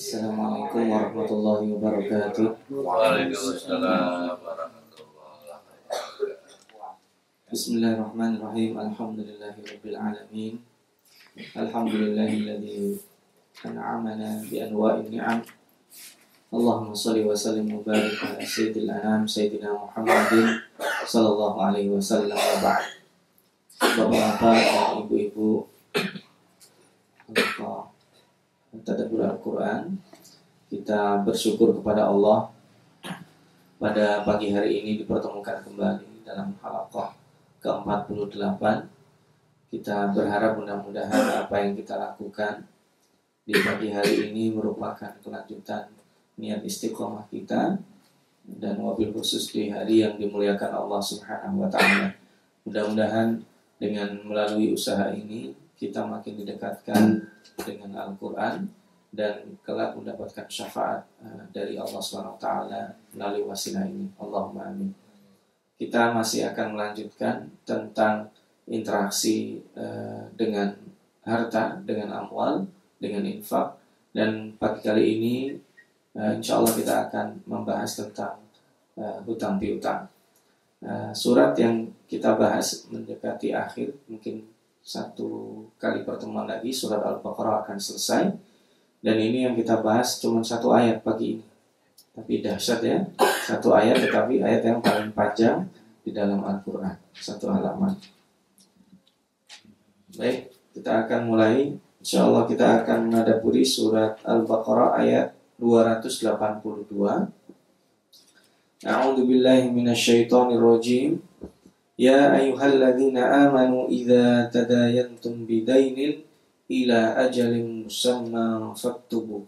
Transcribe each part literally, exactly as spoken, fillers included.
Assalamualaikum warahmatullahi wabarakatuh. Waalaikumsalam warahmatullahi wabarakatuh. Bismillahirrahmanirrahim. Alhamdulillahirabbil alamin. Alhamdulillahilladzi an'amana bi anwa'in ni'am. Allahumma shalli wa sallim wa barik ala sayyidil anam sayyidina Muhammadin sallallahu alaihi wasallam wa ba'd. Bapak-bapak dan ibu-ibu, tadabbur Al-Quran, kita bersyukur kepada Allah pada pagi hari ini dipertemukan kembali dalam halaqah ke empat puluh delapan. Kita berharap mudah-mudahan apa yang kita lakukan di pagi hari ini merupakan kelanjutan niat istiqomah kita, dan wabil khusus di hari yang dimuliakan Allah Subhanahu wa ta'ala. Mudah-mudahan dengan melalui usaha ini kita makin didekatkan dengan Al-Quran dan kelak mendapatkan syafaat uh, dari Allah subhanahu wa taala melalui wasilah ini. Allahumma amin. Kita masih akan melanjutkan tentang interaksi uh, dengan harta, dengan amwal, dengan infak, dan pagi kali ini uh, insya Allah kita akan membahas tentang uh, hutang piutang. Uh, surat yang kita bahas mendekati akhir, mungkin satu kali pertemuan lagi surat Al-Baqarah akan selesai, dan ini yang kita bahas cuma satu ayat pagi ini. Tapi dahsyat ya, satu ayat tetapi ayat yang paling panjang di dalam Al-Quran, satu halaman. Baik, kita akan mulai. InsyaAllah kita akan menadaburi surat Al-Baqarah ayat dua ratus delapan puluh dua. A'udzu billahi minasyaitonir rajim. Ya ayyuhalladzina amanu idza tadayantum bidainin ila ajalin musamma faktubuh.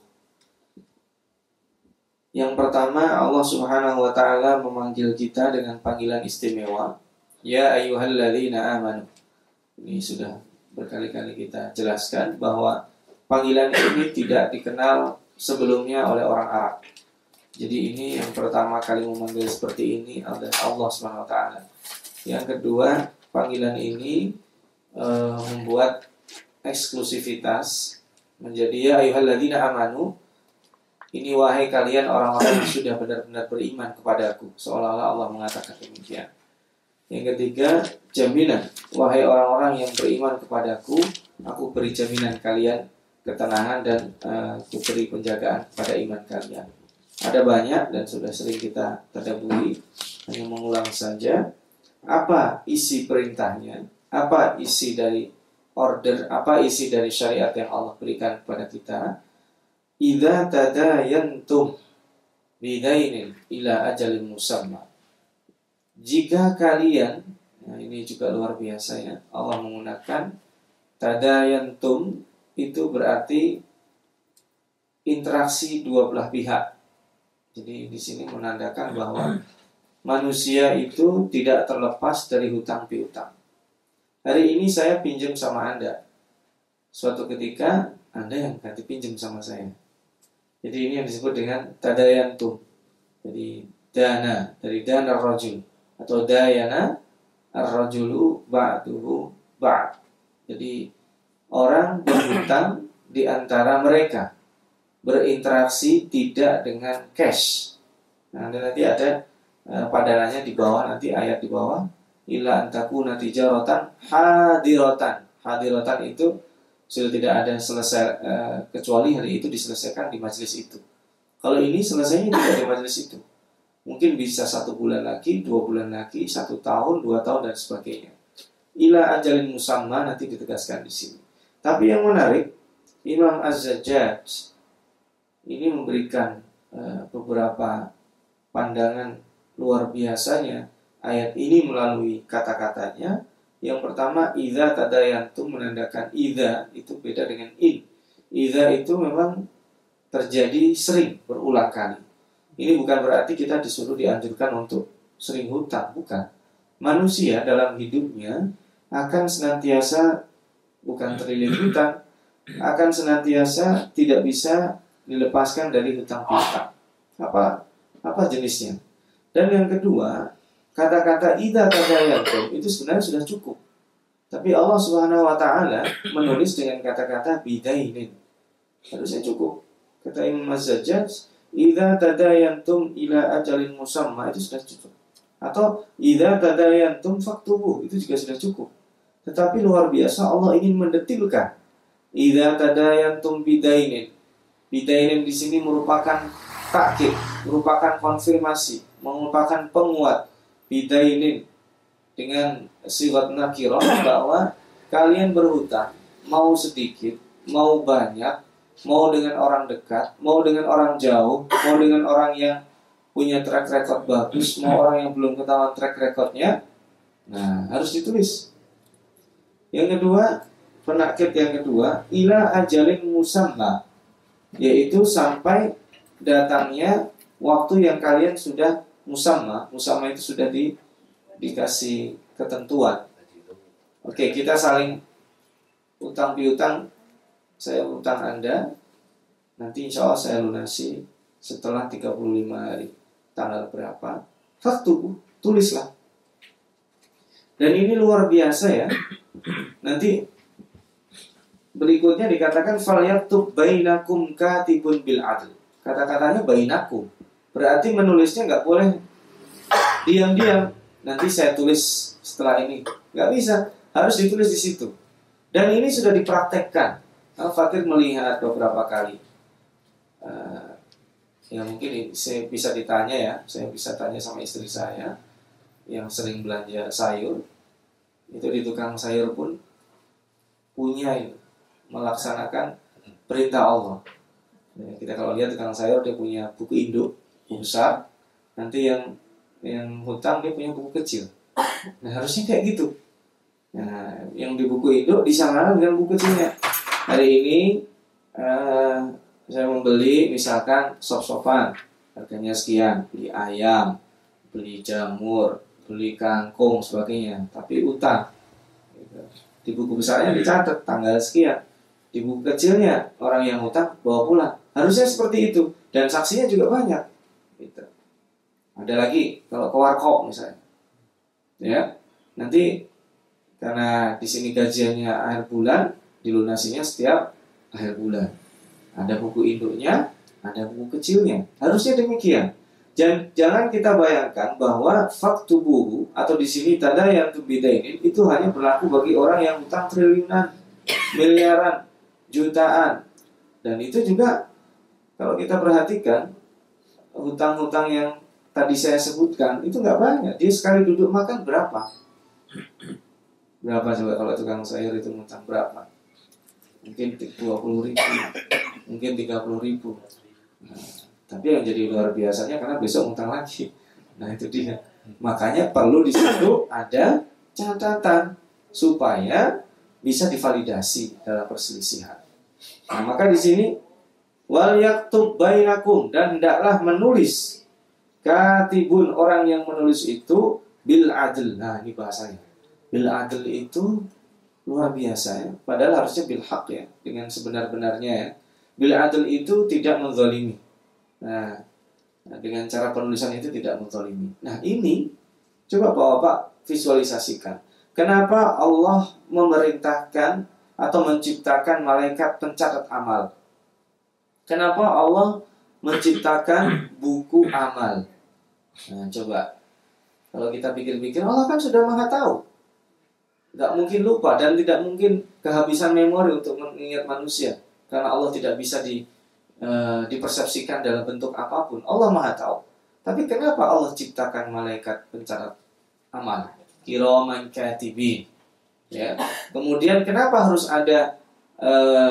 Yang pertama, Allah Subhanahu wa taala memanggil kita dengan panggilan istimewa, ya ayyuhalladzina amanu. Ini sudah berkali-kali kita jelaskan bahwa panggilan ini tidak dikenal sebelumnya oleh orang Arab. Jadi ini yang pertama kali memanggil seperti ini adalah Allah Subhanahu wa taala. Yang kedua, panggilan ini e, membuat eksklusivitas menjadi ya ayyuhalladzina amanu. Ini wahai kalian orang-orang yang sudah benar-benar beriman kepadaku, seolah-olah Allah mengatakan demikian. Yang ketiga, jaminan, wahai orang-orang yang beriman kepadaku, aku beri jaminan kalian ketenangan dan e, aku beri penjagaan pada iman kalian. Ada banyak dan sudah sering kita tadabburi, hanya mengulang saja. Apa isi perintahnya, apa isi dari order, apa isi dari syariat yang Allah berikan kepada kita. Idza tadayantum bidainin ila ajalin musamma. Jika kalian, nah ini juga luar biasa ya, Allah menggunakan tadayantum, itu berarti interaksi dua belah pihak. Jadi di sini menandakan bahwa manusia itu tidak terlepas dari hutang piutang. Hari ini saya pinjam sama Anda. Suatu ketika Anda yang ganti pinjam sama saya. Jadi ini yang disebut dengan tadayantum. Jadi dana, dari dana rajul atau dayana ar-rajulu ba'duhu ba'd. Jadi orang berhutang di antara mereka, berinteraksi tidak dengan cash. Nah, nanti ada padanannya di bawah, nanti ayat di bawah, illa antakuna tijaratan hadiratan. Hadiratan itu sudah tidak ada selesai, uh, kecuali hari itu diselesaikan di majelis itu. Kalau ini selesainya tidak di majelis itu, mungkin bisa satu bulan lagi, dua bulan lagi, satu tahun, dua tahun dan sebagainya. Ila ajalin musamma nanti ditegaskan di sini. Tapi yang menarik, Imam Az-Zajjaj ini memberikan uh, beberapa pandangan luar biasanya ayat ini melalui kata-katanya. Yang pertama, idza tadayantum, menandakan idza itu beda dengan in. Idza itu memang terjadi sering, berulang kali. Ini bukan berarti kita disuruh dianjurkan untuk sering hutang, bukan. Manusia dalam hidupnya akan senantiasa bukan terlilit hutang, akan senantiasa tidak bisa dilepaskan dari hutang piutang. Apa apa jenisnya? Dan yang kedua, kata-kata idza tadayantum itu sebenarnya sudah cukup. Tapi Allah Subhanahu wa taala menulis dengan kata-kata bidainin. Harusnya cukup. Kata Imam Az-Zajjaj, idza tadayantum ila ajalin musamma, itu sudah cukup. Atau idza tadayantum faktubu, itu juga sudah cukup. Tetapi luar biasa Allah ingin mendetilkan. Idza tadayantum bidainin. Bidainin di sini merupakan takkid, merupakan konfirmasi, merupakan penguat. Bidainin dengan sigat nakirah bahwa kalian berhutang, mau sedikit, mau banyak, mau dengan orang dekat, mau dengan orang jauh, mau dengan orang yang punya track record bagus, mau orang yang belum ketahuan track recordnya, nah harus ditulis. Yang kedua, penakid yang kedua, ila ajalin musamma, yaitu sampai datangnya waktu yang kalian sudah musamma. Musamma itu sudah di, dikasih ketentuan. Oke, kita saling utang piutang. Saya utang Anda, nanti insya Allah saya lunasi setelah tiga puluh lima hari. Tanggal berapa? Faktu, tulislah. Dan ini luar biasa ya. Nanti berikutnya dikatakan falyaktub bainakum katibun bil adl. Kata-katanya bainakum. Berarti menulisnya nggak boleh diam-diam. Nanti saya tulis setelah ini. Nggak bisa. Harus ditulis di situ. Dan ini sudah dipraktekkan. Al-Fakir melihat beberapa kali. Uh, ya mungkin saya bisa ditanya ya. Saya bisa tanya sama istri saya yang sering belanja sayur. Itu di tukang sayur pun punya itu, melaksanakan perintah Allah. Ya, kita kalau lihat tukang sayur dia punya buku induk, buku besar. Nanti yang yang hutang dia punya buku kecil. Nah harusnya kayak gitu. Nah yang di buku induk disamakan dengan buku kecilnya. Hari ini uh, saya membeli misalkan sop-sopan, harganya sekian, beli ayam, beli jamur, beli kangkung sebagainya, tapi utang. Di buku besarnya dicatat tanggal sekian, di buku kecilnya orang yang utang bawa pulang. Harusnya seperti itu, dan saksinya juga banyak. Gitu. Ada lagi kalau ke warkop misalnya, ya nanti karena di sini gajiannya akhir bulan, dilunasinya setiap akhir bulan. Ada buku induknya, ada buku kecilnya. Harusnya demikian. Jangan kita bayangkan bahwa faktubuhu atau di sini tanda yang tubidainin itu hanya berlaku bagi orang yang hutang triliunan, miliaran, jutaan. Dan itu juga kalau kita perhatikan hutang-hutang yang tadi saya sebutkan itu nggak banyak. Dia sekali duduk makan berapa? Berapa coba kalau tukang sayur itu hutang berapa? Mungkin dua puluh ribu, mungkin tiga puluh ribu. Nah, tapi yang jadi luar biasanya karena besok utang lagi. Nah itu dia. Makanya perlu di situ ada catatan supaya bisa divalidasi dalam perselisihan. Nah maka di sini wal yaktub bainakum, dan hendaklah menulis katibun, orang yang menulis itu bil adl. Nah ini bahasanya. Bil adl itu luar biasa ya. Padahal harusnya bil haq ya, dengan sebenar-benarnya ya. Bil adl itu tidak menzalimi. Nah, dengan cara penulisan itu tidak menzalimi. Nah ini coba Bapak visualisasikan. Kenapa Allah memerintahkan atau menciptakan malaikat pencatat amal? Kenapa Allah menciptakan buku amal? Nah coba, kalau kita pikir-pikir, Allah kan sudah maha tahu. Tidak mungkin lupa dan tidak mungkin kehabisan memori untuk mengingat manusia. Karena Allah tidak bisa di E, dipersepsikan dalam bentuk apapun. Allah maha tahu. Tapi kenapa Allah ciptakan malaikat pencatat amal, kiraman katibin, ya. Kemudian kenapa harus ada e,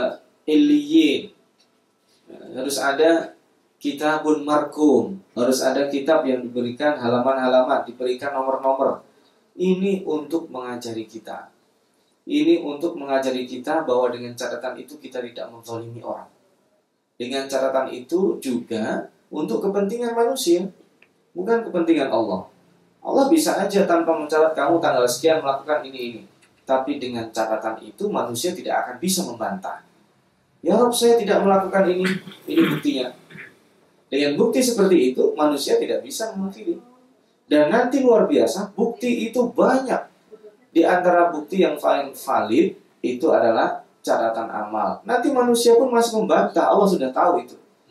illiyin, harus ada kitabun markum, harus ada kitab yang diberikan halaman-halaman, diberikan nomor-nomor. Ini untuk mengajari kita. Ini untuk mengajari kita bahwa dengan catatan itu kita tidak menzalimi orang. Dengan catatan itu juga untuk kepentingan manusia, bukan kepentingan Allah. Allah bisa aja tanpa mencatat kamu tanggal sekian melakukan ini ini. Tapi dengan catatan itu manusia tidak akan bisa membantah. Ya Rob, saya tidak melakukan ini, ini buktinya. Dengan bukti seperti itu manusia tidak bisa memungkiri. Dan nanti luar biasa, bukti itu banyak. Di antara bukti yang paling valid itu adalah catatan amal. Nanti manusia pun masih membantah, Allah sudah tahu itu.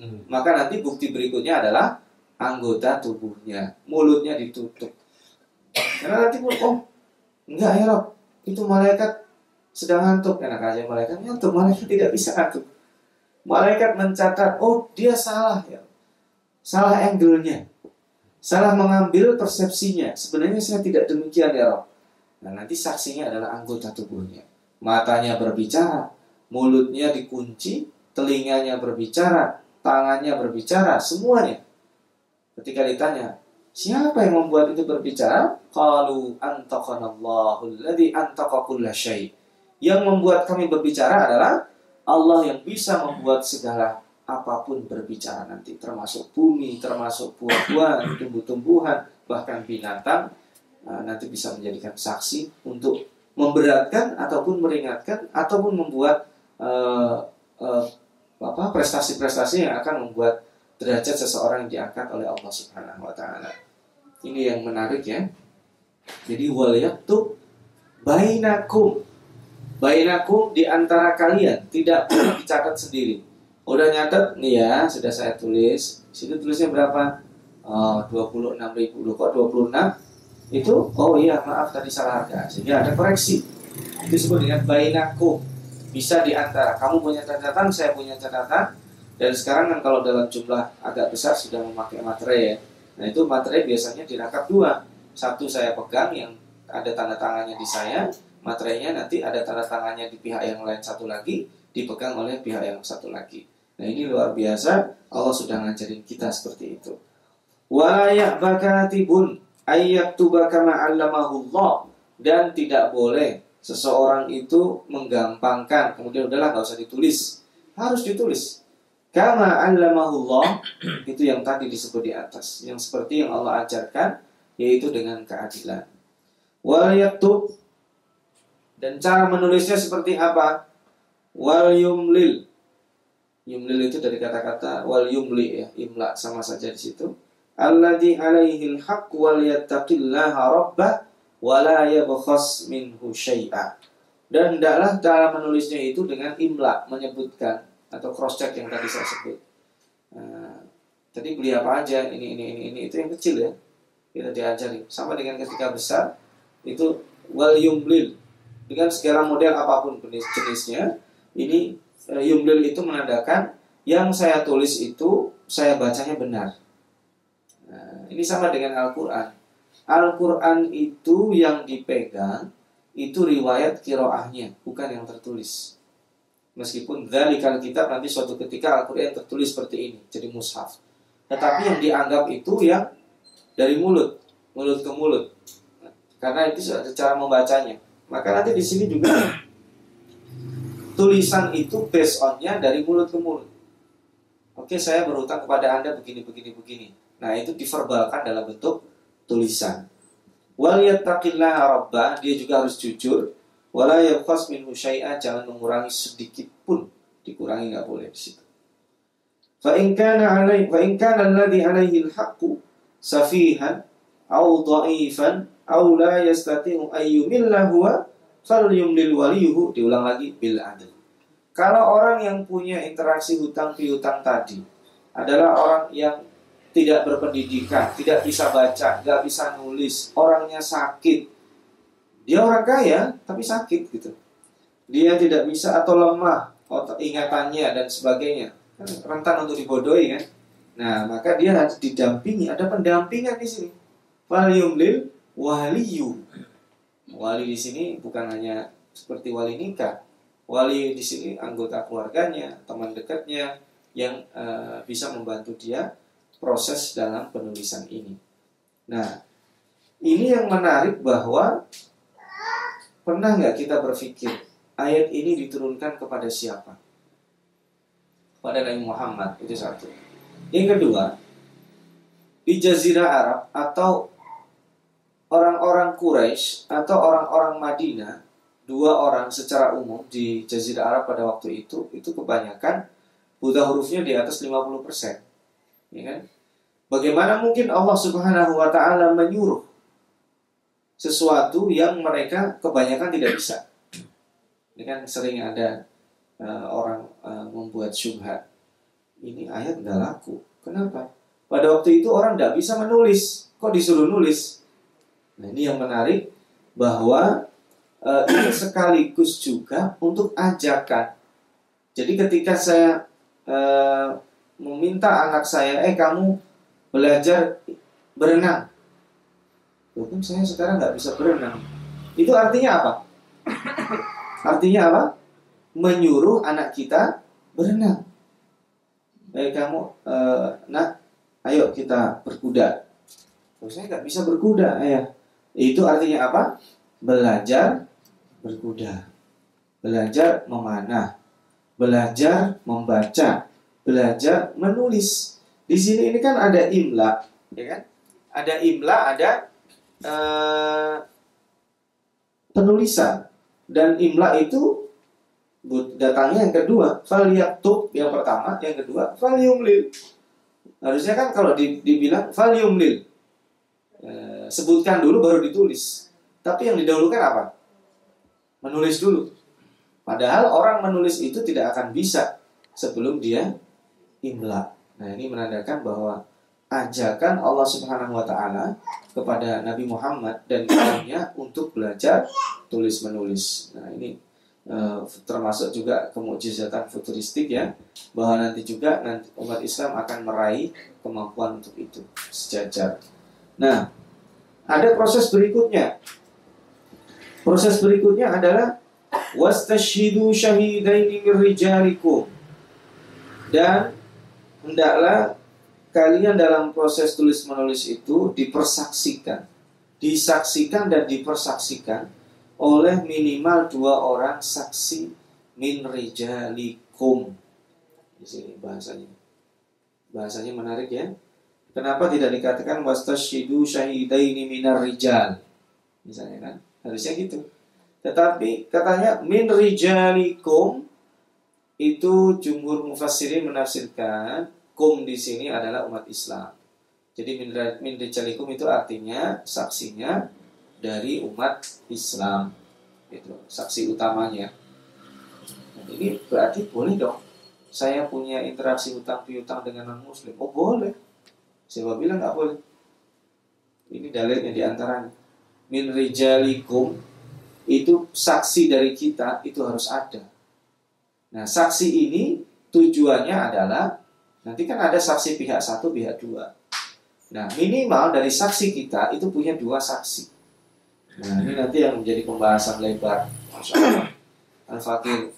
Hmm. Maka nanti bukti berikutnya adalah anggota tubuhnya, mulutnya ditutup. Karena nanti pun, oh enggak ya Rob, itu malaikat sedang ngantuk. Enak aja malaikat ngantuk, malaikat tidak bisa ngantuk. Malaikat mencatat, oh dia salah ya, salah angle-nya, salah mengambil persepsinya. Sebenarnya saya tidak demikian ya Rob. Nah nanti saksinya adalah anggota tubuhnya. Matanya berbicara, mulutnya dikunci, telinganya berbicara, tangannya berbicara, semuanya. Ketika ditanya, siapa yang membuat itu berbicara? Qalu antaqanallahu alladzi antaqa kulla syai'. Yang membuat kami berbicara adalah Allah yang bisa membuat segala apapun berbicara nanti, termasuk bumi, termasuk buah-buahan, tumbuh-tumbuhan, bahkan binatang. Nah, nanti bisa menjadikan saksi untuk memberatkan ataupun meringankan ataupun membuat uh, uh, apa prestasi-prestasi yang akan membuat derajat seseorang yang diangkat oleh Allah Subhanahu wa taala. Ini yang menarik ya. Jadi wal yaktub bainakum. Bainakum di antara kalian, tidak boleh dicatat sendiri. Udah nyatet nih ya, sudah saya tulis. Situ tulisnya berapa? Oh, dua puluh enam ribu. Loh, kok dua puluh enam? Itu, oh iya maaf tadi salah harga. Sehingga ada koreksi. Itu disebut dengan bainakum. Bisa di antara. Kamu punya catatan, saya punya catatan. Dan sekarang kan kalau dalam jumlah agak besar sudah memakai materai ya. Nah itu materai biasanya dirangkap dua. Satu saya pegang yang ada tanda tangannya di saya. Materainya nanti ada tanda tangannya di pihak yang lain satu lagi. Dipegang oleh pihak yang satu lagi. Nah ini luar biasa. Allah sudah ngajarin kita seperti itu. Wa ya'bakatibun ayyaktuba kama 'allamahullah. Dan tidak boleh seseorang itu menggampangkan, kemudian udahlah gak usah ditulis. Harus ditulis. Kama 'allamahullah, itu yang tadi disebut di atas, yang seperti yang Allah ajarkan, yaitu dengan keadilan. Wal yaktub, dan cara menulisnya seperti apa? Wal yumlil. Yumlil itu dari kata-kata wal yumli ya, imla sama saja di situ. Alladzi alaihil haqq wal yattaqillaha rabbah wa la yabkhas minhu syai'a. Dan hendaklah cara menulisnya itu dengan imla, menyebutkan atau cross check yang tadi saya sebut. Nah, tadi beli apa aja, ini ini ini ini itu yang kecil ya. Kita diajari. Sama dengan ketika besar itu wal yumlil. Dengan segala model apapun jenisnya, ini yumlil itu menandakan yang saya tulis itu saya bacanya benar. Nah, ini sama dengan Al-Quran. Al-Quran itu yang dipegang itu riwayat qiraahnya, bukan yang tertulis. Meskipun dzalikal kitab nanti suatu ketika Al-Quran tertulis seperti ini, jadi mushaf. Tetapi yang dianggap itu yang dari mulut, mulut ke mulut. Nah, karena itu ada cara membacanya. Maka nanti di sini juga tulisan itu based on-nya dari mulut ke mulut. Oke, saya berhutang kepada Anda begini, begini, begini. Nah, itu diverbalkan dalam bentuk tulisan. Wal yattaqillaha rabbah, dia juga harus jujur. Wala yabkhas minhu syai'a, jangan mengurangi sedikit pun. Dikurangi enggak boleh di situ. Fa in kana alai fa in kana alladhi alaihi al-haqqu safihan aw dha'ifan aw la yastati'u ayyumilla huwa falyumlil waliyuhu. Diulang lagi, bil adl. Kalau orang yang punya interaksi hutang piutang tadi adalah orang yang tidak berpendidikan, tidak bisa baca, tidak bisa nulis, orangnya sakit. Dia orang kaya tapi sakit gitu. Dia tidak bisa atau lemah otak ingatannya dan sebagainya, rentan untuk dibodohi kan. Nah, maka dia harus didampingi, ada pendampingan di sini. Falyumlil waliyu. Wali di sini bukan hanya seperti wali nikah. Wali di sini anggota keluarganya, teman dekatnya yang uh, bisa membantu dia proses dalam penulisan ini. Nah, ini yang menarik bahwa pernah nggak kita berpikir ayat ini diturunkan kepada siapa? Kepada Nabi Muhammad, itu satu. Yang kedua, di Jazirah Arab atau orang-orang Quraisy atau orang-orang Madinah, dua orang secara umum di Jazirah Arab pada waktu itu, itu kebanyakan buta hurufnya di atas lima puluh persen. Ya kan? Bagaimana mungkin Allah Subhanahu wa taala menyuruh sesuatu yang mereka kebanyakan tidak bisa? Ini kan sering ada uh, orang uh, membuat syubhat. ini ayat nggak laku. Kenapa? Pada waktu itu orang nggak bisa menulis, kok disuruh nulis? Nah, ini yang menarik bahwa e, ini sekaligus juga untuk ajakan. Jadi ketika saya e, meminta anak saya, eh kamu belajar berenang, walaupun saya sekarang nggak bisa berenang, itu artinya apa? Artinya apa? Menyuruh anak kita berenang. Eh kamu, eh, nak, ayo kita berkuda. Oh, saya nggak bisa berkuda, ayah. Itu artinya apa? Belajar berkuda, belajar memanah, belajar membaca, belajar menulis. Di sini ini kan ada imla, ya kan? Ada imla, ada eh, penulisan. Dan imla itu datangnya yang kedua, falyaktub yang pertama, yang kedua falyumlil. Harusnya kan kalau dibilang falyumlil, e, sebutkan dulu baru ditulis. Tapi yang didahulukan apa? Menulis dulu. Padahal orang menulis itu tidak akan bisa sebelum dia imla. Nah, ini menandakan bahwa ajakan Allah Subhanahu wa taala kepada Nabi Muhammad dan kaumnya untuk belajar tulis menulis. Nah, ini uh, termasuk juga kemukjizatan futuristik ya, bahwa nanti juga nanti umat Islam akan meraih kemampuan untuk itu sejajar. Nah, ada proses berikutnya. Proses berikutnya adalah wastashhidu syahidaini min rijalikum. Dan hendaklah kalian dalam proses tulis menulis itu dipersaksikan, disaksikan dan dipersaksikan oleh minimal dua orang saksi min rijalikum. Di sini bahasanya, bahasanya menarik ya. Kenapa tidak dikatakan wastashhidu syahidaini minar rijal? Misalnya kan, harusnya gitu. Tetapi katanya min rijalikum, itu jumhur mufassirin menafsirkan kum di sini adalah umat Islam. Jadi min rijalikum itu artinya saksinya dari umat Islam. Itu saksi utamanya. Nah, ini berarti boleh dong saya punya interaksi hutang piutang dengan non muslim. Oh boleh. Siapa bilang nggak boleh? Ini dalilnya di antaranya. Min rijalikum itu saksi dari kita itu harus ada. Nah, saksi ini tujuannya adalah nanti kan ada saksi pihak satu, pihak dua. Nah, minimal dari saksi kita itu punya dua saksi. Nah, ini nanti yang menjadi pembahasan lebar. Masya Allah. Al-Fakir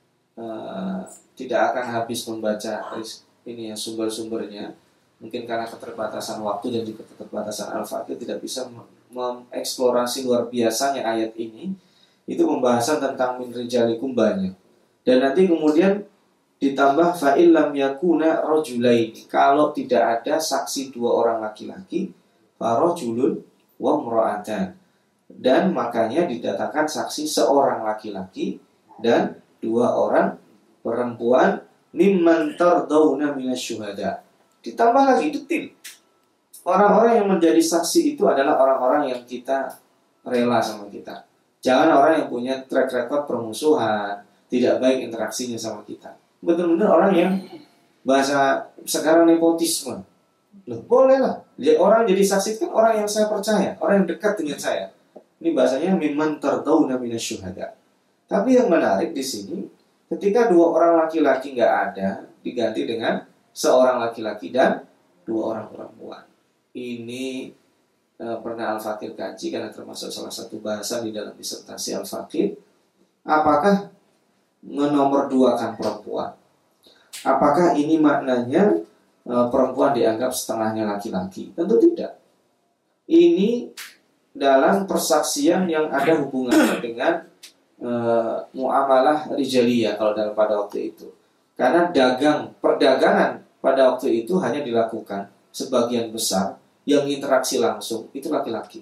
uh, tidak akan habis membaca ini ya sumber-sumbernya. Mungkin karena keterbatasan waktu dan juga keterbatasan Al-Fakir tidak bisa mengeksplorasi luar biasanya ayat ini. Itu pembahasan tentang min rijalikum banyak. Dan nanti kemudian ditambah fa'il lam yakuna rajulaini. Kalau tidak ada saksi dua orang laki-laki, fa rajulun wa imra'atan. Dan makanya didatangkan saksi seorang laki-laki dan dua orang perempuan mimman tardawna minasyuhada. Ditambah lagi detil. Orang-orang yang menjadi saksi itu adalah orang-orang yang kita rela sama kita. Jangan orang yang punya track record permusuhan, tidak baik interaksinya sama kita. Benar-benar orang yang bahasa sekarang nepotisme. Loh, boleh lah. Orang jadi saksi kan orang yang saya percaya, orang yang dekat dengan saya. Ini bahasanya mimman tardawna minasyuhada. Tapi yang menarik di sini, ketika dua orang laki-laki nggak ada, diganti dengan seorang laki-laki dan dua orang perempuan. Ini e, pernah Al-Fakir kaji karena termasuk salah satu bahasa di dalam disertasi Al-Fakir. Apakah menomorduakan perempuan? Apakah ini maknanya e, perempuan dianggap setengahnya laki-laki? Tentu tidak. Ini dalam persaksian yang ada hubungannya dengan e, muamalah rijaliyah kalau dalam pada waktu itu. Karena dagang, perdagangan pada waktu itu hanya dilakukan sebagian besar yang interaksi langsung itu laki-laki.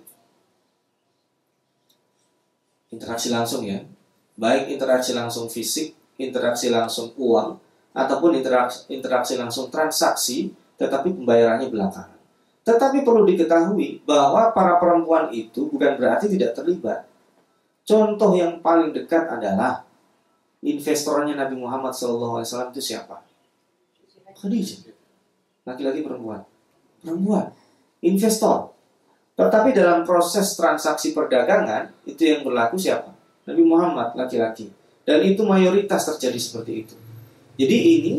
Interaksi langsung ya. Baik interaksi langsung fisik, interaksi langsung uang, ataupun interaksi, interaksi langsung transaksi, tetapi pembayarannya belakangan. Tetapi perlu diketahui bahwa para perempuan itu bukan berarti tidak terlibat. Contoh yang paling dekat adalah investornya Nabi Muhammad shallallahu alaihi wasallam itu siapa? Khadijah. Laki-laki perempuan. Perempuan. Investor. Tetapi dalam proses transaksi perdagangan, itu yang berlaku siapa? Nabi Muhammad, laki-laki. Dan itu mayoritas terjadi seperti itu. Jadi ini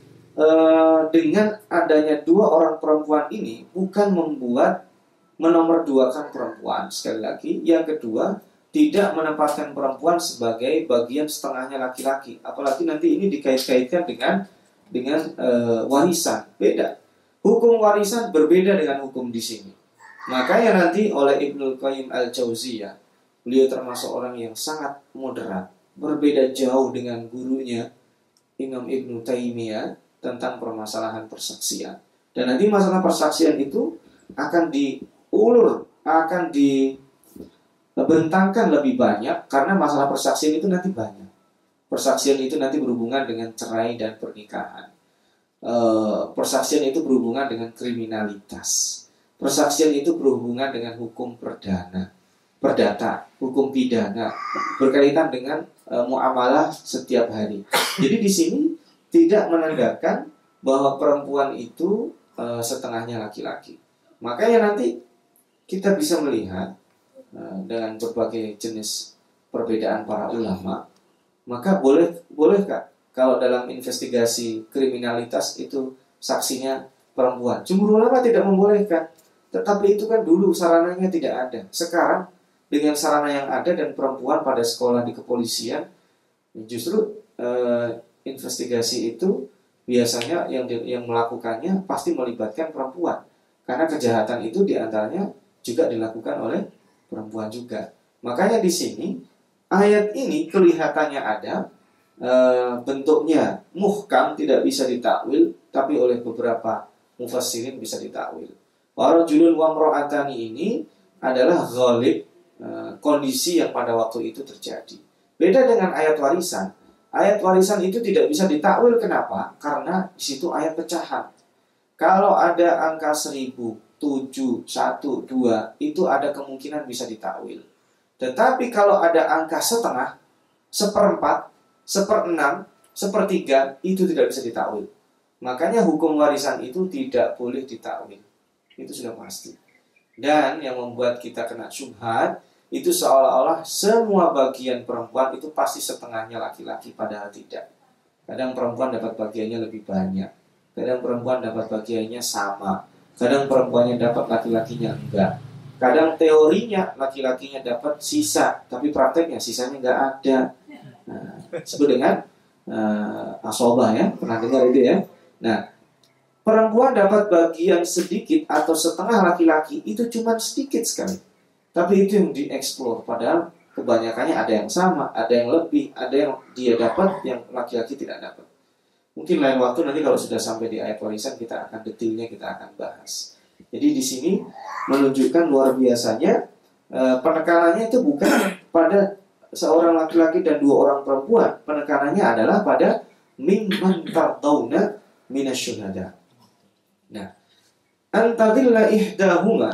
eh, dengan adanya dua orang perempuan ini bukan membuat menomorduakan perempuan, sekali lagi. Yang kedua, tidak menempatkan perempuan sebagai bagian setengahnya laki-laki. Apalagi nanti ini dikait-kaitkan dengan dengan e, warisan. Beda. Hukum warisan berbeda dengan hukum di sini. Makanya nanti oleh Ibnu Qayyim Al-Jauziyah, beliau termasuk orang yang sangat moderat, berbeda jauh dengan gurunya Imam Ibnu Taimiyah tentang permasalahan persaksian. Dan nanti masalah persaksian itu akan diulur, akan di bentangkan lebih banyak karena masalah persaksian itu nanti banyak. Persaksian itu nanti berhubungan dengan cerai dan pernikahan. E, persaksian itu berhubungan dengan kriminalitas. Persaksian itu berhubungan dengan hukum perdana, perdata, hukum pidana, berkaitan dengan e, muamalah setiap hari. Jadi di sini tidak menandakan bahwa perempuan itu e, setengahnya laki-laki. Makanya nanti kita bisa melihat dengan berbagai jenis perbedaan para ulama, maka boleh bolehkah kalau dalam investigasi kriminalitas itu saksinya perempuan? Jumhur ulama tidak membolehkan. Tetapi itu kan dulu sarananya tidak ada. Sekarang dengan sarana yang ada dan perempuan pada sekolah di kepolisian, justru eh, investigasi itu biasanya yang yang melakukannya pasti melibatkan perempuan, karena kejahatan itu diantaranya juga dilakukan oleh perempuan juga. Makanya di sini ayat ini kelihatannya ada e, bentuknya muhkam, tidak bisa ditakwil, tapi oleh beberapa mufassirin bisa ditakwil. Wa rajulun wa imra'atani ini adalah ghalib e, kondisi yang pada waktu itu terjadi. Beda dengan ayat warisan. Ayat warisan itu tidak bisa ditakwil. Kenapa? Karena di situ ayat pecahan. Kalau ada angka seribu, tujuh, satu, dua, itu ada kemungkinan bisa ditakwil. Tetapi kalau ada angka setengah, seperempat, seperenam, sepertiga, itu tidak bisa ditakwil. Makanya hukum warisan itu tidak boleh ditakwil. Itu sudah pasti. Dan yang membuat kita kena syubhat, itu seolah-olah semua bagian perempuan itu pasti setengahnya laki-laki, padahal tidak. Kadang perempuan dapat bagiannya lebih banyak, kadang perempuan dapat bagiannya sama, kadang perempuannya dapat, laki-lakinya enggak. Kadang teorinya laki-lakinya dapat sisa, tapi prakteknya sisanya enggak ada. Nah, sebut dengan uh, asobah ya, pernah dengar itu ya. Nah, perempuan dapat bagian sedikit atau setengah laki-laki itu cuma sedikit sekali. Tapi itu yang dieksplor, padahal kebanyakannya ada yang sama, ada yang lebih, ada yang dia dapat, yang laki-laki tidak dapat. Mungkin lain waktu nanti kalau sudah sampai di ayat warisan kita akan detailnya kita akan bahas. Jadi di sini menunjukkan luar biasanya e, penekanannya itu bukan pada seorang laki-laki dan dua orang perempuan. Penekanannya adalah pada mimman tardawna minasyuhada. Nah, antadilla ihdahuma,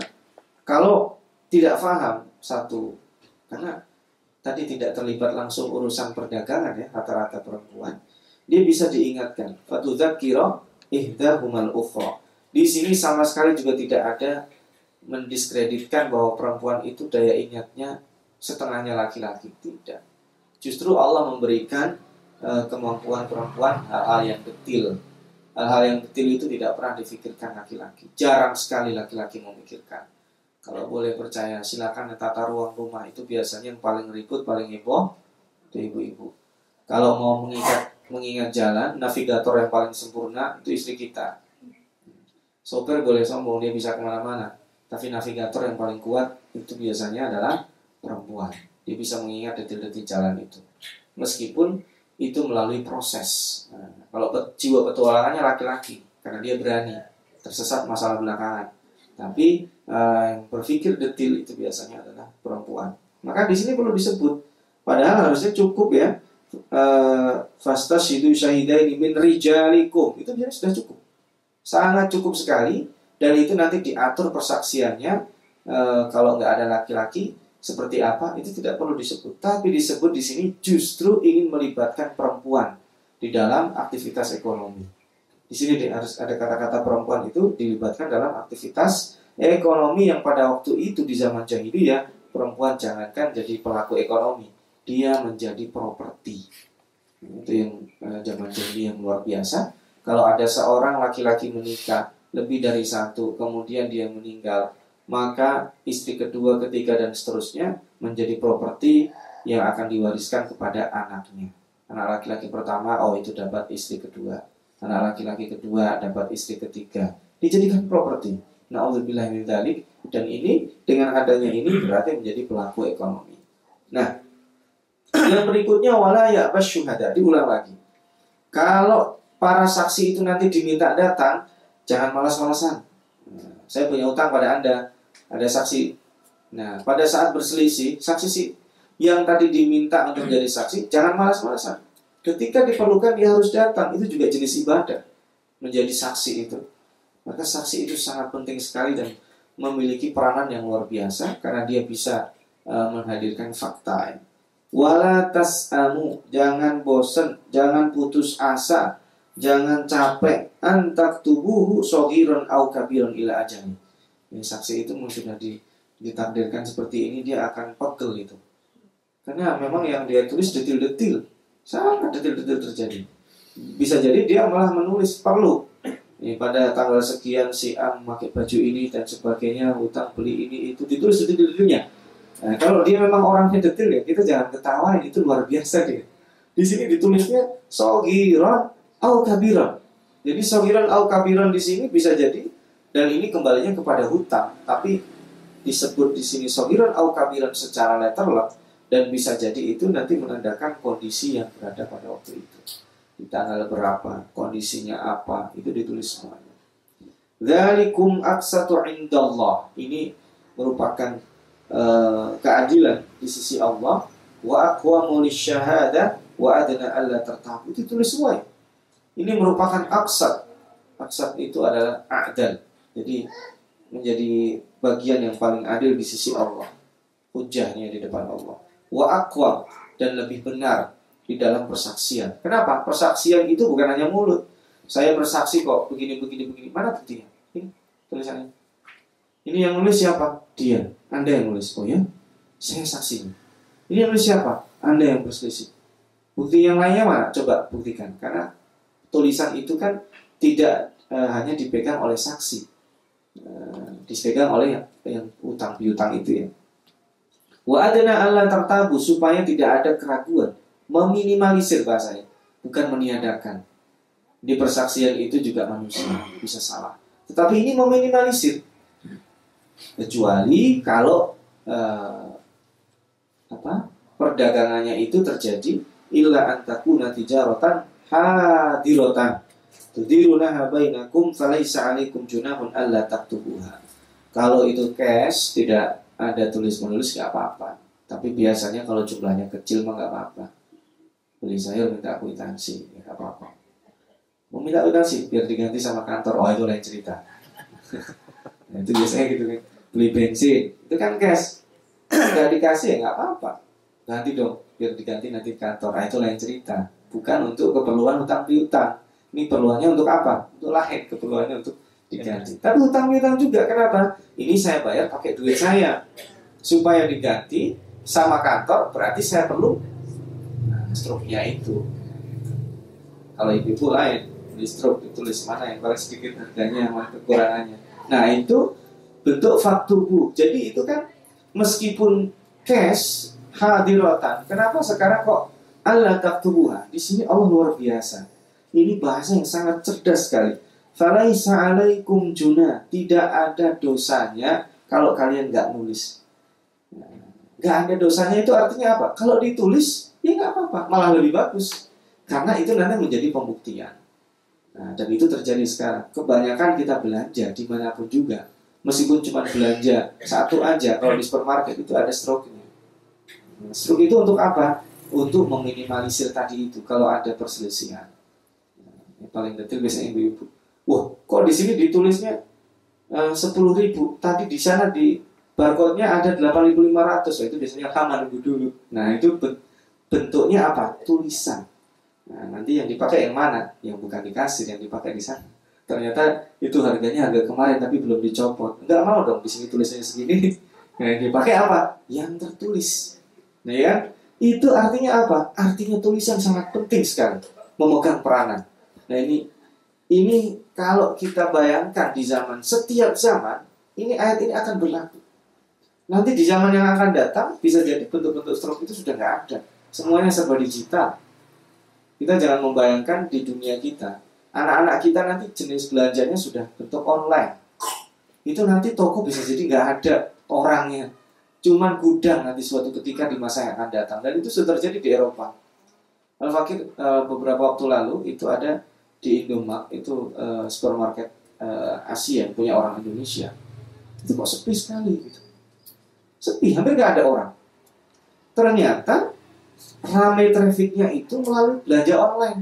kalau tidak paham satu, karena tadi tidak terlibat langsung urusan perdagangan ya, rata-rata perempuan, dia bisa diingatkan. Fatudzakira ihdahumal ukhra. Di sini sama sekali juga tidak ada mendiskreditkan bahwa perempuan itu daya ingatnya setengahnya laki-laki. Tidak. Justru Allah memberikan e, kemampuan perempuan hal-hal yang detail. Hal-hal yang detail itu tidak pernah difikirkan laki-laki. Jarang sekali laki-laki memikirkan. Kalau boleh percaya, silakan tata ruang rumah itu biasanya yang paling ribut, paling heboh itu ibu-ibu. Kalau mau mengingat mengingat jalan, navigator yang paling sempurna itu istri kita. Sopir boleh sombong, dia bisa kemana-mana, tapi navigator yang paling kuat itu biasanya adalah perempuan. Dia bisa mengingat detil-detil jalan itu, meskipun itu melalui proses. Nah, kalau jiwa petualangannya laki-laki, karena dia berani, tersesat masalah belakangan. Tapi uh, yang berpikir detil itu biasanya adalah perempuan. Maka di sini perlu disebut, padahal harusnya cukup ya. Fastashidu syahidaini min rijalikum, itu biasanya sudah cukup, sangat cukup sekali. Dan itu nanti diatur persaksiannya. E, kalau nggak ada laki-laki seperti apa itu tidak perlu disebut, tapi disebut di sini justru ingin melibatkan perempuan di dalam aktivitas ekonomi, Di sini deh, harus ada kata-kata perempuan itu dilibatkan dalam aktivitas ekonomi yang pada waktu itu di zaman jahiliyah perempuan jangankan jadi pelaku ekonomi, dia menjadi properti. Itu yang eh, zaman jahiliyah yang luar biasa. Kalau ada seorang laki-laki menikah lebih dari satu, kemudian dia meninggal, maka istri kedua, ketiga, dan seterusnya menjadi properti yang akan diwariskan kepada anaknya. Anak laki-laki pertama, oh itu dapat istri kedua. Anak laki-laki kedua dapat istri ketiga. Dijadikan properti. Na'udzubillah min dzalik. Dan ini, dengan adanya ini berarti menjadi pelaku ekonomi. Nah, yang berikutnya wala ya'bas syuhada. Diulang lagi. Kalau para saksi itu nanti diminta datang, jangan malas-malasan. Nah, saya punya utang pada Anda, ada saksi. Nah, pada saat berselisih, saksi sih yang tadi diminta untuk menjadi saksi, jangan malas-malasan. Ketika diperlukan dia harus datang. Itu juga jenis ibadah, menjadi saksi itu. Maka saksi itu sangat penting sekali dan memiliki peranan yang luar biasa, karena dia bisa uh, menghadirkan fakta. Wala tas'amu, jangan bosan, jangan putus asa, jangan capek. Antak tubuhu sogiron au kabiron ila ajami. Ini saksi itu sudah ditakdirkan seperti ini, dia akan pegel itu. Karena memang yang dia tulis detil-detil, sangat detil-detil terjadi. Bisa jadi dia malah menulis perlu ini pada tanggal sekian si A memakai baju ini dan sebagainya, hutang beli ini itu, ditulis detil-detilnya. Nah, kalau dia memang orangnya detil ya, kita jangan ketawain, itu luar biasa dia. Di sini ditulisnya sogiron au kabiron. Jadi sogiron au kabiron di sini bisa jadi, dan ini kembalinya kepada hutang, tapi disebut di sini sogiron au kabiron secara letterlock. Dan bisa jadi itu nanti menandakan kondisi yang berada pada waktu itu. Di tanggal berapa, kondisinya apa, itu ditulis semuanya. Dzalikum aqsatu indallah. Ini merupakan uh, keadilan di sisi Allah. Wa aqwamu lisyahadah wa adna alla tartabu. Itu tulis semua. Ini merupakan aqsat. Aqsat itu adalah a'dal. Jadi menjadi bagian yang paling adil di sisi Allah. Hujahnya di depan Allah. Wa aqwam, dan lebih benar di dalam persaksian. Kenapa? Persaksian itu bukan hanya mulut. Saya bersaksi kok begini begini begini. Mana buktinya? Ini tulisannya. Ini yang nulis siapa? Dia. Anda yang nulis. Oh ya? Saya saksinya. Ini yang nulis siapa? Anda yang berselisih. Bukti yang lainnya mana? Coba buktikan. Karena tulisan itu kan tidak uh, hanya dipegang oleh saksi. Uh, dipegang oleh yang, yang utang piutang itu ya. Wa adna alla tartabu, supaya tidak ada keraguan, meminimalisir bahasanya, bukan meniadakan. Di persaksian itu juga manusia bisa salah, tetapi ini meminimalisir. Kecuali kalau uh, apa perdagangannya itu terjadi illa antakuna tijaratan hadiratan tudiruna bainakum falaisa alaikum junahun alla taktubuha. Kalau itu cash, tidak ada tulis-menulis, gak apa-apa. Tapi biasanya kalau jumlahnya kecil mah gak apa-apa. Beli sayur minta akuntansi, ya gak apa-apa. Mau minta akuntansi biar diganti sama kantor, oh itu lain cerita. Nah, itu biasanya gitu kan. Beli bensin, itu kan cash. Gak dikasih ya gak apa-apa. Ganti dong, biar diganti nanti kantor. Nah, itu lain cerita. Bukan untuk keperluan hutang piutang. Ini perluannya untuk apa? Untuk lahir, keperluannya untuk diganti. Tapi hutang piutang juga, kenapa? Ini saya bayar pakai duit saya supaya diganti sama kantor, berarti saya perlu nah, struknya itu. Kalau ibu lain di struk ditulis mana yang paling sedikit harganya, mana kekurangannya. Nah itu bentuk faktubu. Jadi itu kan meskipun cash hadiratan, kenapa sekarang kok Allah taktubuha? Di sini Allah luar biasa. Ini bahasa yang sangat cerdas sekali. Falaisa alaikum junah, tidak ada dosanya kalau kalian nggak nulis. Nggak ada dosanya itu artinya apa? Kalau ditulis ya nggak apa-apa, malah lebih bagus, karena itu nanti menjadi pembuktian. Nah, dan itu terjadi sekarang. Kebanyakan kita belanja dimanapun juga, meskipun cuma belanja satu aja, kalau di supermarket itu ada struknya. Struk itu untuk apa? Untuk meminimalisir tadi itu kalau ada perselisihan. Yang paling detail biasanya ibu-ibu. Wah, kok di sini ditulisnya uh, sepuluh ribu, tadi di sana di barcode-nya ada delapan ribu lima ratus. Itu biasanya lama nunggu dulu. Nah, itu bentuknya apa? Tulisan. Nah, nanti yang dipakai yang mana? Yang bukan dikasih, yang dipakai di sana. Ternyata itu harganya harga kemarin tapi belum dicopot. Enggak mau dong, di sini tulisannya segini. Nah, yang dipakai apa? Yang tertulis. Nah, ya, itu artinya apa? Artinya tulisan sangat penting sekali, memegang peranan. Nah, ini ini kalau kita bayangkan di zaman setiap zaman, ini ayat ini akan berlaku. Nanti di zaman yang akan datang bisa jadi bentuk-bentuk stroke itu sudah nggak ada. Semuanya serba digital. Kita jangan membayangkan di dunia kita, anak-anak kita nanti jenis belanjanya sudah bentuk online. Itu nanti toko bisa jadi nggak ada orangnya, cuman gudang nanti suatu ketika di masa yang akan datang. Dan itu sudah terjadi di Eropa. Al-Fakir beberapa waktu lalu itu ada di Indomaret, itu uh, supermarket uh, Asia punya orang Indonesia. Itu kok sepi sekali gitu. Sepi, hampir nggak ada orang. Ternyata ramai trafiknya itu melalui belanja online.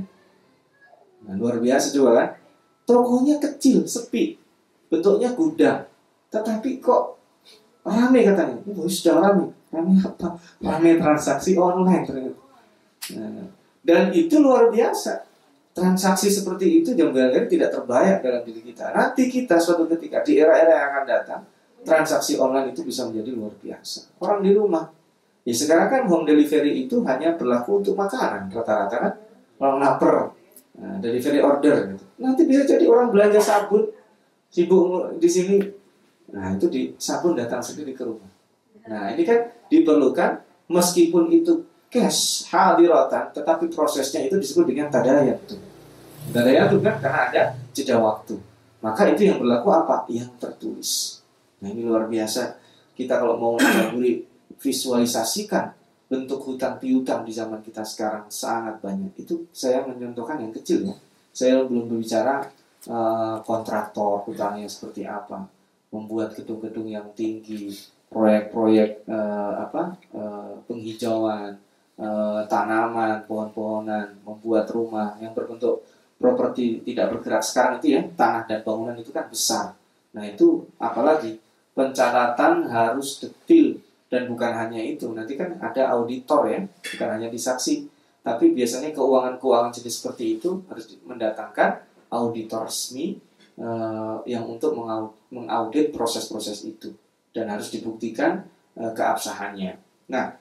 Nah, luar biasa juga kan. Tokonya kecil, sepi, bentuknya gudang, tetapi kok ramai katanya. Oh, sudah ramai. Ramai apa? Ramai transaksi online ternyata. Nah, dan itu luar biasa. Transaksi seperti itu yang benar-benar tidak terbayang dalam diri kita. Nanti kita suatu ketika di era-era yang akan datang, transaksi online itu bisa menjadi luar biasa. Orang di rumah. Ya sekarang kan home delivery itu hanya berlaku untuk makanan. Rata-rata kan orang lapar, nah, delivery order gitu. Nanti bisa jadi orang belanja sabun, sibuk di sini. Nah, itu di sabun datang sendiri ke rumah. Nah, ini kan diperlukan meskipun itu cash hadiratan, tetapi prosesnya itu disebut dengan tadayat. Tadayat itu kan karena ada jeda waktu. Maka itu yang berlaku apa? Yang tertulis. Nah, ini luar biasa. Kita kalau mau menggaburi visualisasikan bentuk hutang piutang di zaman kita sekarang sangat banyak. Itu saya menyontohkan yang kecil ya. Saya belum berbicara uh, kontraktor hutangnya seperti apa, membuat gedung-gedung yang tinggi, proyek-proyek uh, apa uh, penghijauan, uh, tanaman, pohon-pohonan, membuat rumah yang berbentuk properti tidak bergerak sekarang itu ya, tanah dan bangunan itu kan besar. Nah itu apalagi pencatatan harus detail. Dan bukan hanya itu, nanti kan ada auditor ya, bukan hanya disaksi, tapi biasanya keuangan-keuangan jenis seperti itu harus mendatangkan auditor resmi uh, yang untuk mengaudit proses-proses itu dan harus dibuktikan uh, keabsahannya. Nah,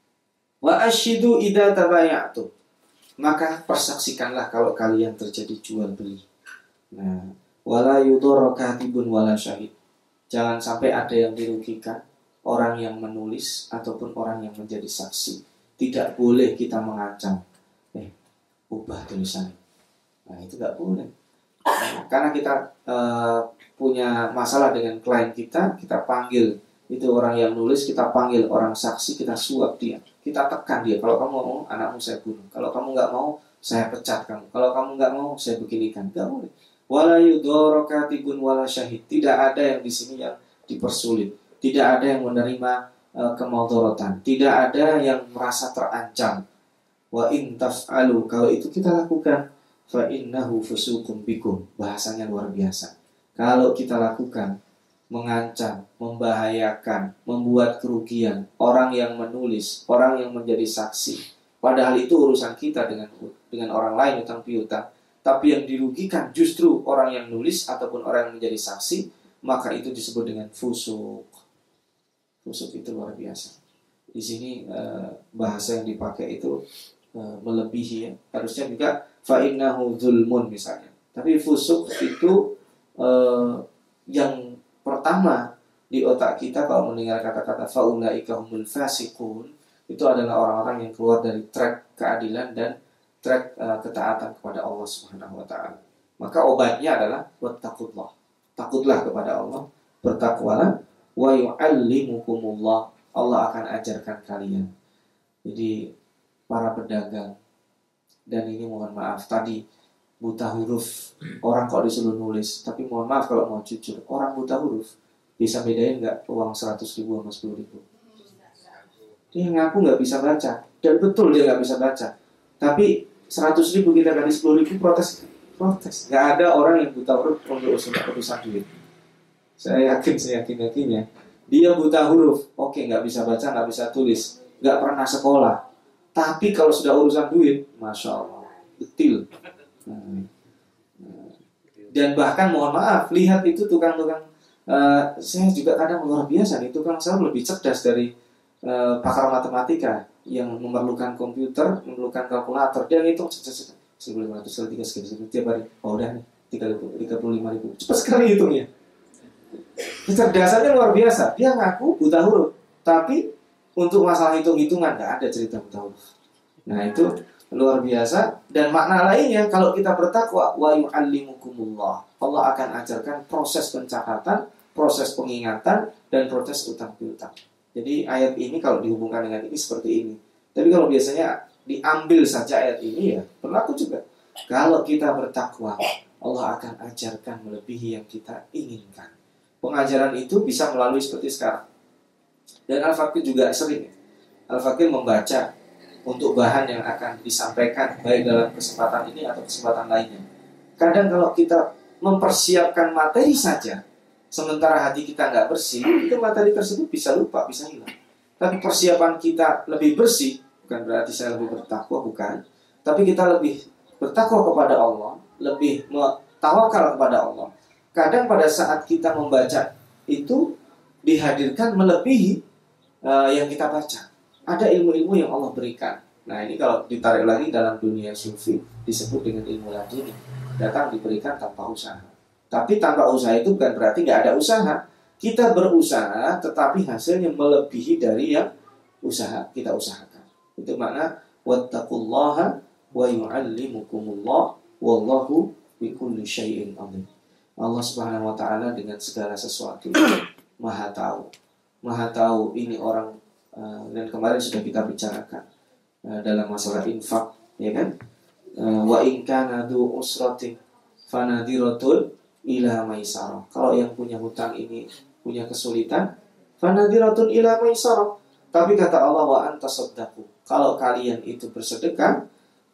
wa asyidu idza tabaya'tum, maka persaksikanlah kalau kalian terjadi jual beli. Nah, wala yudhara katibun wala syahid, jangan sampai ada yang dirugikan, orang yang menulis ataupun orang yang menjadi saksi. Tidak boleh kita mengancam, eh ubah tulisannya. Nah itu tidak boleh. Nah, karena kita uh, punya masalah dengan klien kita, kita panggil itu orang yang nulis, kita panggil orang saksi, kita suap dia, kita tekan dia. Kalau kamu mau, anakmu saya bunuh. Kalau kamu nggak mau, saya pecat kamu. Kalau kamu nggak mau, saya beginikan. Nggak boleh. Wala yudhara katibun wala syahid. Tidak ada yang di sini yang dipersulit. Tidak ada yang menerima uh, kemaudharatan. Tidak ada yang merasa terancam. Wa in taf'alu, kalau itu kita lakukan, fa innahu fusuqum bikum. Bahasanya luar biasa. Kalau kita lakukan, mengancam, membahayakan, membuat kerugian orang yang menulis, orang yang menjadi saksi. Padahal itu urusan kita dengan dengan orang lain utang piutang. Tapi yang dirugikan justru orang yang nulis ataupun orang yang menjadi saksi, maka itu disebut dengan fusuk. Fusuk itu luar biasa. Di sini eh, bahasa yang dipakai itu eh, melebihi ya. Harusnya juga fa innahu dzulmun misalnya. Tapi fusuk itu eh, yang pertama di otak kita kalau mendengar kata-kata faulaika humul fasiqun, itu adalah orang-orang yang keluar dari track keadilan dan track uh, ketaatan kepada Allah Subhanahu wa taala. Maka obatnya adalah wattaqullah. Takutlah kepada Allah, bertakwalah, wa yu'allimukumullah. Allah akan ajarkan kalian. Jadi para pedagang, dan ini mohon maaf tadi buta huruf, orang kok disuruh nulis, tapi mohon maaf kalau mau jujur, orang buta huruf bisa bedain nggak uang seratus ribu sama sepuluh ribu? Dia ngaku nggak bisa baca, dan betul dia nggak bisa baca. Tapi seratus ribu kita kasih sepuluh ribu, protes, protes. Nggak ada orang yang buta huruf untuk urusan duit. Saya yakin, saya yakin yakinnya dia buta huruf, oke nggak bisa baca, nggak bisa tulis, nggak pernah sekolah. Tapi kalau sudah urusan duit, masya Allah, detil. Nah, dan bahkan mohon maaf, lihat itu tukang-tukang, uh, saya juga kadang luar biasa nih, tukang sahur lebih cerdas dari uh, pakar matematika yang memerlukan komputer, memerlukan kalkulator. Dia ngitung seribu lima ratus kali tiga sekian tiap hari. Oh udah nih tiga puluh lima ribu. Cepat sekali hitungnya. Kecerdasannya luar biasa. Dia ngaku buta huruf, tapi untuk masalah hitung-hitungan nggak ada cerita buta huruf. Nah itu luar biasa. Dan makna lainnya, kalau kita bertakwa, wa yu'allimukumullah, Allah akan ajarkan proses pencatatan, proses pengingatan, dan proses utang piutang. Jadi ayat ini kalau dihubungkan dengan ini seperti ini. Tapi kalau biasanya diambil saja ayat ini, ya berlaku juga. Kalau kita bertakwa, Allah akan ajarkan melebihi yang kita inginkan. Pengajaran itu bisa melalui seperti sekarang. Dan Al-Fakir juga sering, Al-Fakir membaca untuk bahan yang akan disampaikan baik dalam kesempatan ini atau kesempatan lainnya. Kadang kalau kita mempersiapkan materi saja, sementara hati kita nggak bersih, itu materi tersebut bisa lupa, bisa hilang. Tapi persiapan kita lebih bersih, bukan berarti saya lebih bertakwa, bukan. Tapi kita lebih bertakwa kepada Allah, lebih tawakal kepada Allah. Kadang pada saat kita membaca itu dihadirkan melebihi uh, yang kita baca. Ada ilmu-ilmu yang Allah berikan. Nah ini kalau ditarik lagi dalam dunia sufi disebut dengan ilmu laduni. Datang diberikan tanpa usaha. Tapi tanpa usaha itu bukan berarti nggak ada usaha. Kita berusaha tetapi hasilnya melebihi dari yang usaha kita usahakan. Itu makna wattaqullaha wa yu'allimukumullah wallahu bikulli syai'in alim. Allah Subhanahu wa taala dengan segala sesuatu Maha tahu. Maha tahu ini orang. Uh, dan kemarin sudah kita bicarakan uh, dalam masalah infak, ya kan? Uh, wa in kana du usratin fanadiratun ila maisarah. Kalau yang punya hutang ini punya kesulitan, fanadiratun ila maisarah. Tapi kata Allah wa antasaddaqu. Kalau kalian itu bersedekah,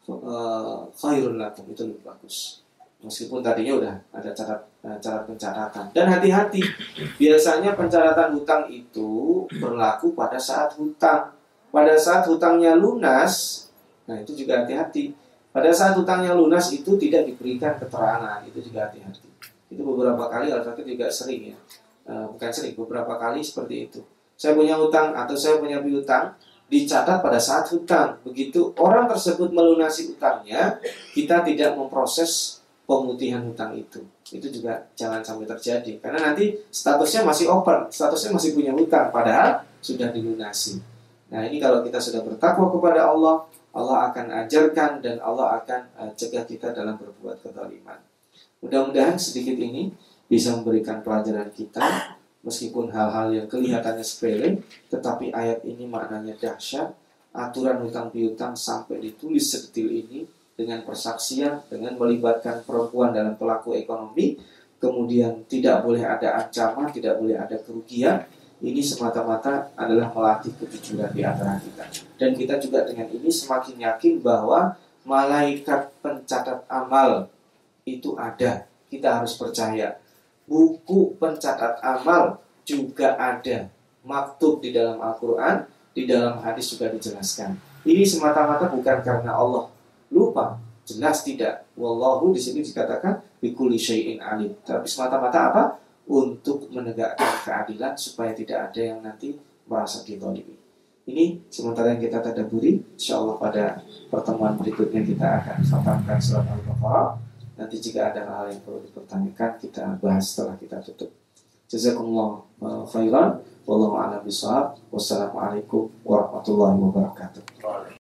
uh, khairun lakum, itu lebih bagus. Meskipun tadinya udah ada catat, cara pencatatan. Dan hati-hati, biasanya pencatatan hutang itu berlaku pada saat hutang. Pada saat hutangnya lunas, nah itu juga hati-hati. Pada saat hutangnya lunas itu tidak diberikan keterangan, itu juga hati-hati. Itu beberapa kali Al-Fakir juga sering ya, e, bukan sering, beberapa kali seperti itu. Saya punya hutang atau saya punya piutang, dicatat pada saat hutang. Begitu orang tersebut melunasi hutangnya, kita tidak memproses pemutihan hutang itu. Itu juga jangan sampai terjadi. Karena nanti statusnya masih open, statusnya masih punya hutang, padahal sudah dilunasi. Nah ini kalau kita sudah bertakwa kepada Allah, Allah akan ajarkan dan Allah akan uh, cegah kita dalam berbuat kezaliman. Mudah-mudahan sedikit ini bisa memberikan pelajaran kita, meskipun hal-hal yang kelihatannya sepele, tetapi ayat ini maknanya dahsyat. Aturan hutang piutang sampai ditulis sedetil ini, dengan persaksian, dengan melibatkan perempuan dalam pelaku ekonomi, kemudian tidak boleh ada ancaman, tidak boleh ada kerugian. Ini semata-mata adalah melatih kejujuran di antara kita. Dan kita juga dengan ini semakin yakin bahwa malaikat pencatat amal itu ada. Kita harus percaya. Buku pencatat amal juga ada. Maktub di dalam Al-Quran, di dalam hadis juga dijelaskan. Ini semata-mata bukan karena Allah lupa, jelas tidak. Wallahu di sini dikatakan bikulli syai'in alim. Tapi semata-mata apa? Untuk menegakkan keadilan supaya tidak ada yang nanti merasa dizalimi. Ini sementara yang kita tadabburi. Insyaallah pada pertemuan berikutnya kita akan khatamkan surat Al-Baqarah. Nanti jika ada hal yang perlu dipertanyakan, kita bahas setelah kita tutup. Jazakumullah khairan. Wallahu a'lam bishawab. Wassalamualaikum warahmatullahi wabarakatuh.